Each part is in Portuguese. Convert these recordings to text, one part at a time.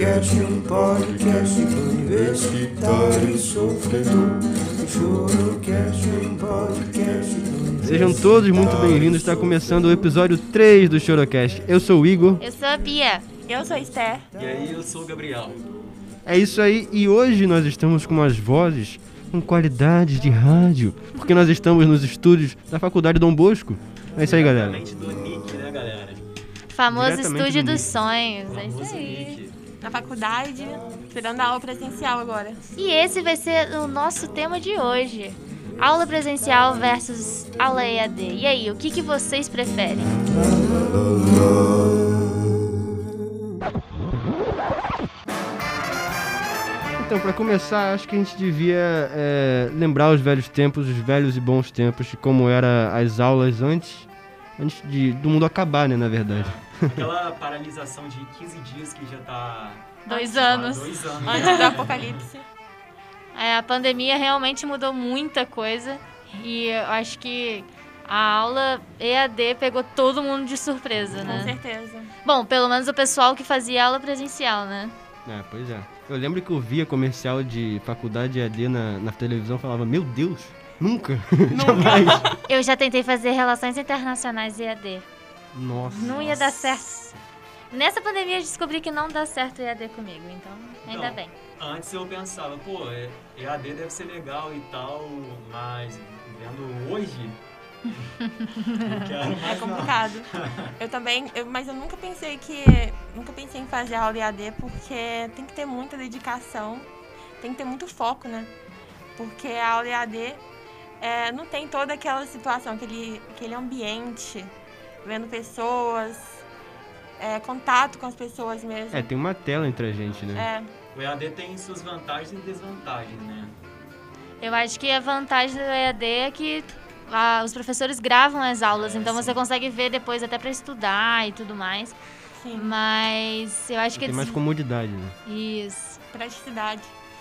Chorocast, um podcast universitário sofredor. Chorocast, um podcast universitário. Sejam todos muito bem-vindos, está começando o episódio 3 do Chorocast. Eu sou o Igor. Eu sou a Bia. Eu sou a Esther. E aí, eu sou o Gabriel. É isso aí, e hoje nós estamos com umas vozes com qualidade de rádio, porque nós estamos nos estúdios da Faculdade Dom Bosco. É isso aí, galera. Diretamente do Nick, né, galera? Famoso Diretamente estúdio do dos Nick. sonhos. É isso Famoso aí. Nick. Na faculdade, tirando a aula presencial agora. E esse vai ser o nosso tema de hoje. Aula presencial versus aula EAD. E aí, o que vocês preferem? Então, para começar, acho que a gente devia lembrar os velhos tempos, os velhos e bons tempos, de como eram as aulas antes do mundo acabar, né, na verdade. Aquela paralisação de 15 dias que já tá... 2 anos. 2 anos. Antes do apocalipse. A pandemia realmente mudou muita coisa. E eu acho que a aula EAD pegou todo mundo de surpresa, Com né? certeza. Bom, pelo menos o pessoal que fazia aula presencial, né? Pois é. Eu lembro que eu via comercial de faculdade EAD na televisão e falava, meu Deus, nunca, jamais. Eu já tentei fazer relações internacionais EAD. Nossa. Não ia dar certo. Nessa pandemia eu descobri que não dá certo o EAD comigo, então ainda Não. bem. Antes eu pensava, EAD deve ser legal e tal, mas vendo hoje... não quero É mais não. complicado. Eu também, mas eu nunca pensei em fazer aula EAD porque tem que ter muita dedicação, tem que ter muito foco, né? Porque a aula EAD não tem toda aquela situação, aquele ambiente, vendo pessoas, contato com as pessoas mesmo. Tem uma tela entre a gente, né? O EAD tem suas vantagens e desvantagens, né? Eu acho que a vantagem do EAD é que os professores gravam as aulas, então você consegue ver depois até para estudar e tudo mais. Sim, Mas eu acho que... Tem mais comodidade, né? Isso. praticidade.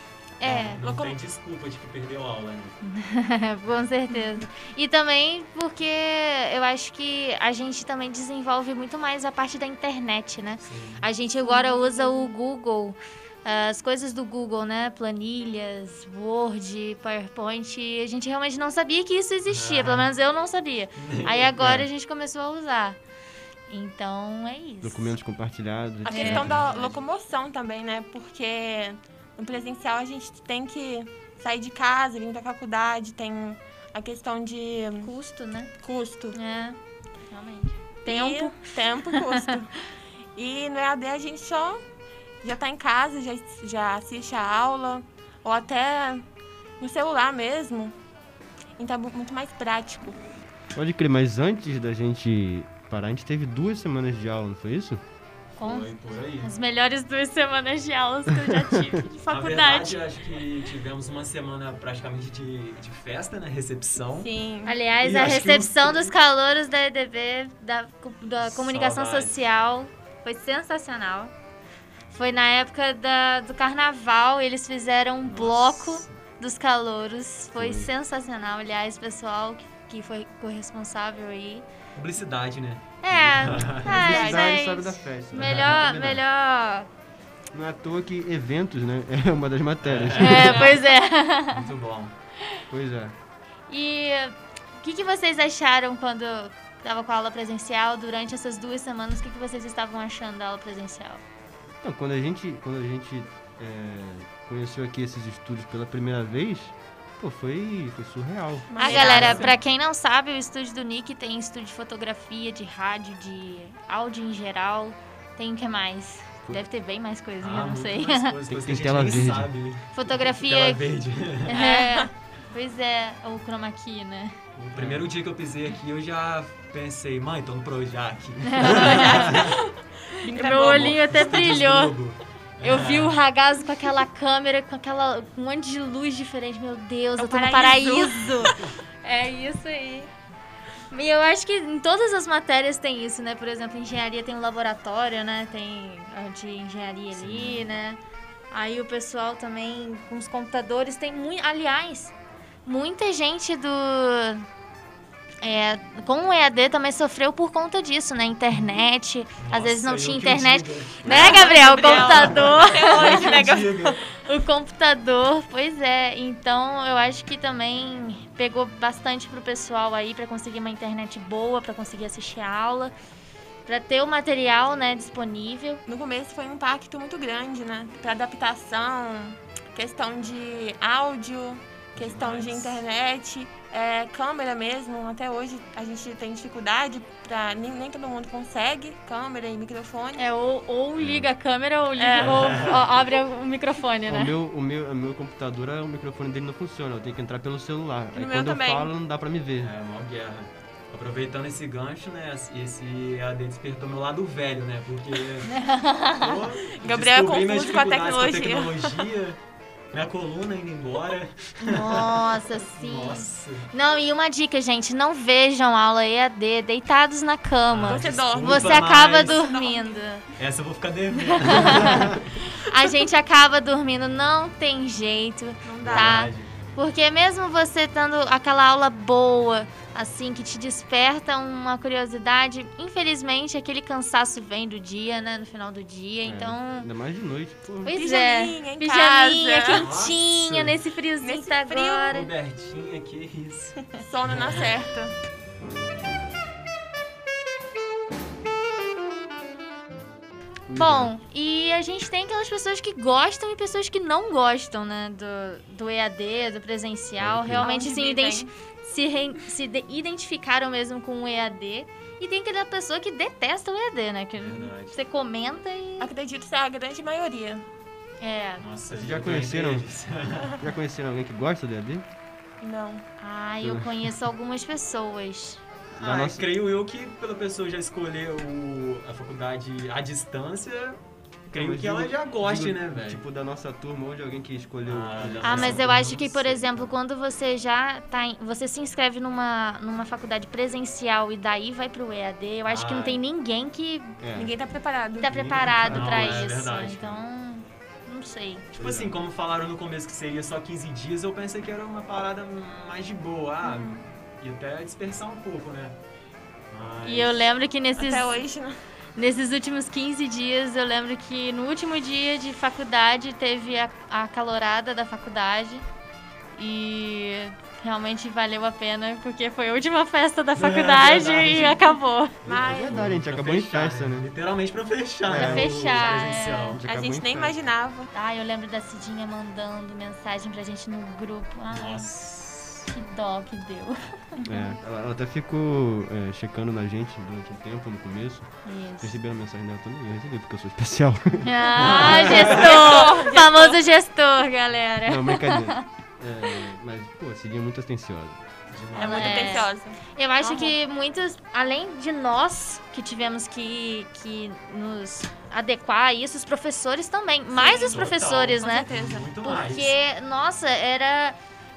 Não tem desculpa de que perdeu aula, né? Com certeza. E também porque eu acho que a gente também desenvolve muito mais a parte da internet, né? Sim. A gente agora usa o Google, as coisas do Google, né? Planilhas, Word, PowerPoint. E a gente realmente não sabia que isso existia, pelo menos eu não sabia. Aí agora a gente começou a usar. Então é isso. Documentos compartilhados. A questão da locomoção também, né? Porque no presencial a gente tem que sair de casa, vir pra faculdade, tem a questão de Custo, né? custo. É, realmente. Tempo, custo. E no EAD a gente já tá em casa, já assiste a aula, ou até no celular mesmo. Então é muito mais prático. Pode crer, mas antes da gente parar, a gente teve 2 semanas de aula, não foi isso? Foi por aí. As melhores 2 semanas de aulas que eu já tive de Na faculdade. verdade, acho que tivemos uma semana praticamente de festa, né? Recepção. Sim. Aliás, E a acho que recepção dos calouros da EDB, da comunicação Saudades. social, foi sensacional. Foi na época do carnaval, eles fizeram um bloco dos calouros. Foi sensacional. Aliás, pessoal que foi corresponsável aí. Publicidade, né? Publicidade gente. sabe da festa. Melhor. Não é à toa que eventos, né? É uma das matérias. Pois é. Muito bom. Pois é. E o que vocês acharam quando estava com a aula presencial durante essas 2 semanas? O que vocês estavam achando da aula presencial? Então, quando a gente conheceu aqui esses estúdios pela primeira vez, foi surreal. Galera, pra quem não sabe, o estúdio do Nick tem estúdio de fotografia, de rádio, de áudio em geral. Tem o que mais? Deve ter bem mais coisinha, não sei. Muito mais coisas, Tem coisas que a gente tela nem verde. sabe. Fotografia. Tela verde. Pois é, o chroma key, né? O primeiro dia que eu pisei aqui, eu já pensei, mãe, tô no Projac. Meu olhinho até brilhou. Globo. Eu vi o ragazzo com aquela câmera, com um monte de luz diferente. Meu Deus, É o eu tô no paraíso. paraíso. É isso aí. E eu acho que em todas as matérias tem isso, né? Por exemplo, engenharia tem um laboratório, né? Tem a de engenharia ali, né? Aí o pessoal também com os computadores tem muito... Aliás, muita gente com o EAD também sofreu por conta disso, né? Internet, às vezes não Nossa, tinha eu que internet. diga. Né, Gabriel? O computador. Eu que diga. O computador, pois é. Então, eu acho que também pegou bastante pro pessoal aí pra conseguir uma internet boa, pra conseguir assistir a aula, pra ter o material, né, disponível. No começo foi um impacto muito grande, né? Pra adaptação, questão de áudio, questão de internet, câmera mesmo. Até hoje a gente tem dificuldade, nem todo mundo consegue câmera e microfone. Ou liga a câmera ou abre o microfone, né? O meu computador, o microfone dele não funciona, eu tenho que entrar pelo celular. Aí meu quando também. eu falo, não dá pra me ver. É, mó guerra. Aproveitando esse gancho, né? Esse EAD despertou meu lado velho, né? Porque. Gabriel é descobri minhas confuso com a dificuldades tecnologia. Minha coluna indo embora. Nossa, sim. Nossa. Não, e uma dica, gente, não vejam aula EAD deitados na cama. Você Desculpa, dorme. Você acaba mas dormindo. Essa eu vou ficar devendo. A gente acaba dormindo, não tem jeito, Não dá. tá? Verdade. Porque mesmo você tendo aquela aula boa, assim, que te desperta uma curiosidade, infelizmente aquele cansaço vem do dia, né? No final do dia, então... Ainda mais de noite, pô. Pois Pijaminha em pijaminha, casa. quentinha, Nossa. nesse friozinho Nesse que tá frio. agora. Robertinha, que isso. Sono na certa. Bom, e a gente tem aquelas pessoas que gostam e pessoas que não gostam, né, do EAD, do presencial. Ok. Realmente Aonde se identificaram mesmo com o EAD. E tem aquela pessoa que detesta o EAD, né, que Verdade. você comenta e... Acredito ser a grande maioria. Nossa, Vocês já eu conheceram? ganhei deles. Já conheceram alguém que gosta do EAD? Não. Eu conheço algumas pessoas. Da nossa- Creio eu que pela pessoa já escolher a faculdade à distância, creio Mas que ela digo- já goste, digo, né, velho? Tipo, da nossa turma, ou de alguém que escolheu. Mas eu acho que, por exemplo, quando você já você se inscreve numa faculdade presencial e daí vai pro EAD, eu acho que não tem ninguém que É. Ninguém tá preparado. tá preparado Não, pra é isso. verdade. Então, não sei. Tipo assim, como falaram no começo que seria só 15 dias, eu pensei que era uma parada mais de boa. Ia até dispersar um pouco, né? Mas... E eu lembro que Até hoje, né? nesses últimos 15 dias, eu lembro que no último dia de faculdade teve a calorada da faculdade e realmente valeu a pena, porque foi a última festa da faculdade verdade. e acabou. É Mas verdade, a gente Pra acabou em fechar, festa, né? Literalmente pra fechar, Pra né? fechar, o presencial. a acabou gente em nem festa. imaginava. Eu lembro da Cidinha mandando mensagem pra gente no grupo. Nossa. Que dó que deu. Ela até ficou checando na gente durante um tempo, no começo. Isso. Receberam a mensagem dela também, eu recebi porque eu sou especial. Gestor! Famoso gestor, galera. Não, brincadeira. Mas, pô, a Cidinha é muito atenciosa. É muito É. atenciosa. Eu acho Aham. que muitos, além de nós que tivemos que nos adequar a isso, os professores também. Mais os Total. professores, Com né? certeza. Muito mais. Porque, nossa, era...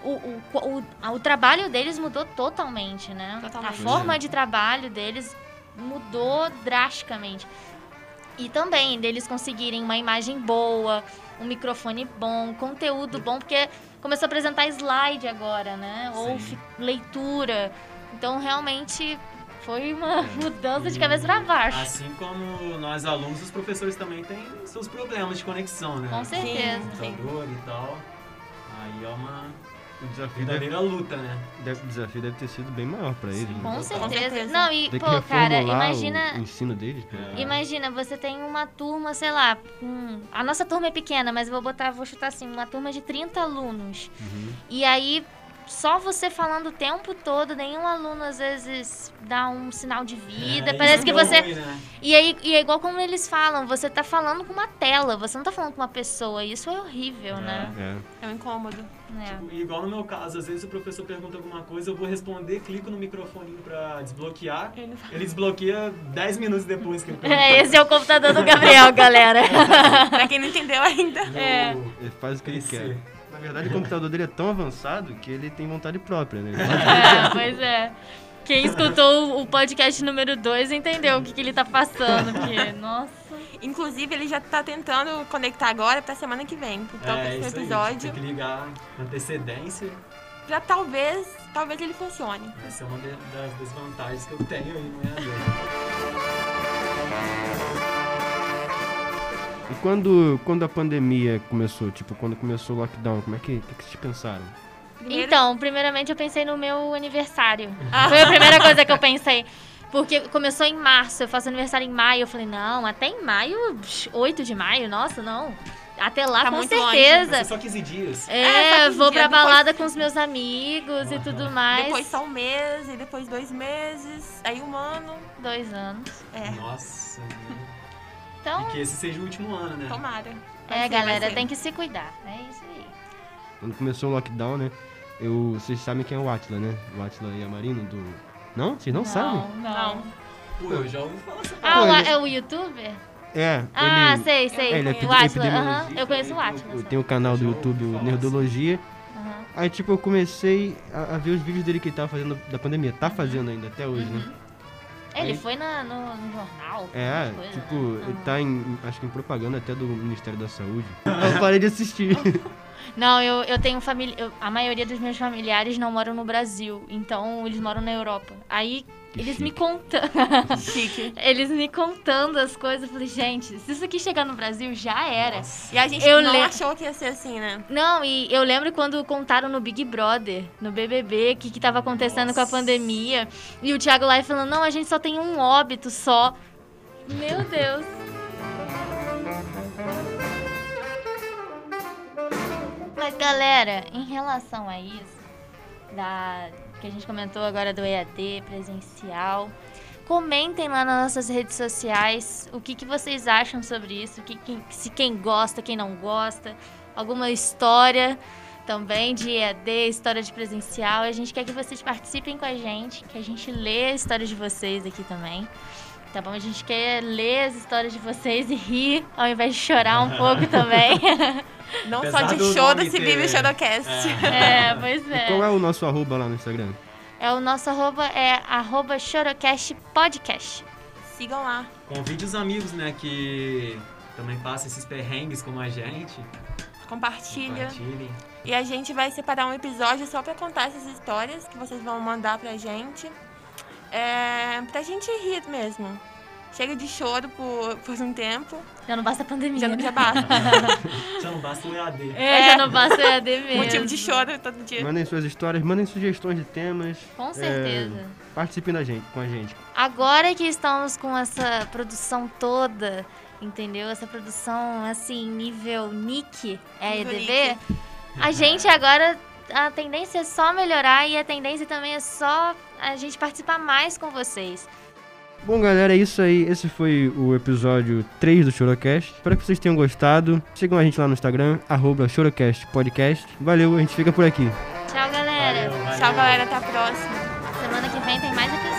O trabalho deles mudou totalmente, né? Totalmente. A forma de trabalho deles mudou drasticamente. E também deles conseguirem uma imagem boa, um microfone bom, conteúdo bom, porque começou a apresentar slide agora, né? Ou Sim. leitura. Então, realmente, foi uma mudança de cabeça pra baixo. Assim como nós alunos, os professores também têm seus problemas de conexão, né? Com certeza. Computador e tal. Aí é uma O desafio deve, verdadeira luta, né? o desafio deve ter sido bem maior pra eles. Com né? certeza. certeza. Não, e, Ter que pô, cara, reformular imagina... o ensino deles. pô. Imagina, você tem uma turma, sei lá, a nossa turma é pequena, mas eu vou chutar assim, uma turma de 30 alunos. Uhum. E aí, só você falando o tempo todo, nenhum aluno às vezes dá um sinal de vida. É, parece isso que é você. ruim, né? E aí, e é igual como eles falam, você tá falando com uma tela, você não tá falando com uma pessoa. Isso é horrível, né? É. É um incômodo. É. Igual no meu caso, às vezes o professor pergunta alguma coisa, eu vou responder, clico no microfoninho pra desbloquear. Ele desbloqueia 10 minutos depois que ele perguntou. Esse é o computador do Gabriel, galera. Pra quem não entendeu ainda. É. Ele faz o que ele Esse- quer. Na verdade, o computador dele é tão avançado que ele tem vontade própria, né? Pois é. Quem escutou o podcast número 2 entendeu o que ele tá passando, porque, nossa. Inclusive, ele já tá tentando conectar agora pra semana que vem. Então, esse isso aí, episódio. tem que ligar com antecedência. pra talvez ele funcione. Essa é uma das desvantagens que eu tenho aí no EAD. E quando a pandemia começou, tipo, quando começou o lockdown, como é que vocês pensaram? Primeiro- Então, primeiramente eu pensei no meu aniversário. Foi a primeira coisa que eu pensei. Porque começou em março, eu faço aniversário em maio. Eu falei, não, até em maio, 8 de maio, nossa, não. Até lá, Tá com muito longe, Vai certeza. ser só 15 dias. É, só 15 vou pra dias, depois- balada com os meus amigos e tudo mais. Depois só um mês, e depois 2 meses, aí 1 ano. 2 anos. É, Nossa. Então, E que esse seja o último ano, né? tomara. Vai ser, galera, vai ser. tem que se cuidar. É isso aí. Quando começou o lockdown, né? Vocês sabem quem é o Átila, né? O Átila Yamarino do... Não? Vocês não sabem? Não. Pô, eu já ouvi falar sobre Ah, Pô, ele- é o youtuber? É, Ah, ele... sei. ele é o Atila, epidemiologista, aham. Eu conheço o Atila. Tem o canal do YouTube, o Nerdologia. Aham. Aí, tipo, eu comecei a ver os vídeos dele que ele tava fazendo da pandemia. Tá fazendo ainda, até hoje, né? Ele Aí- foi no jornal. É, essas coisas, tipo, né? ele tá acho que em propaganda até do Ministério da Saúde. Eu parei de assistir. Não, eu tenho família. A maioria dos meus familiares não moram no Brasil, então eles moram na Europa. Aí Que eles chique. me contando. Chique. Eles me contando as coisas. Eu falei, gente, se isso aqui chegar no Brasil, já era. E a gente Eu não lembro- achou que ia ser assim, né? Não, e eu lembro quando contaram no Big Brother, no BBB, o que tava acontecendo com a Nossa. pandemia. E o Thiago lá falando, não, a gente só tem um óbito só. Meu Deus. Mas, galera, em relação a isso, que a gente comentou agora do EAD presencial, comentem lá nas nossas redes sociais o que vocês acham sobre isso, se quem gosta, quem não gosta, alguma história também de EAD, história de presencial. A gente quer que vocês participem com a gente, que a gente lê a história de vocês aqui também. Tá bom? A gente quer ler as histórias de vocês e rir, ao invés de chorar um pouco também. Não Apesar só de do choro nome se ter- vive o Shadowcast. É, pois E qual é. é o nosso arroba lá no Instagram? O nosso arroba é @chorocastpodcast. Sigam lá. Convide os amigos, né, que também passam esses perrengues como a gente. Compartilha. Compartilhem. E a gente vai separar um episódio só pra contar essas histórias que vocês vão mandar pra gente. Pra gente rir mesmo. Chega de choro por um tempo. Já não basta a pandemia. Já basta. Já não basta o EAD. Já não basta o EAD mesmo. Motivo de choro todo dia. Mandem suas histórias, mandem sugestões de temas. Com certeza. Participem com a gente. Agora que estamos com essa produção toda, entendeu? Essa produção, assim, nível Nick, Nível EDB, a gente agora, a tendência é só melhorar e a tendência também é só a gente participar mais com vocês. Bom, galera, é isso aí. Esse foi o episódio 3 do Chorocast. Espero que vocês tenham gostado. Sigam a gente lá no Instagram, @chorocastpodcast. Valeu, a gente fica por aqui. Tchau, galera. Valeu. Tchau, galera. Até a próxima. Semana que vem tem mais episódio.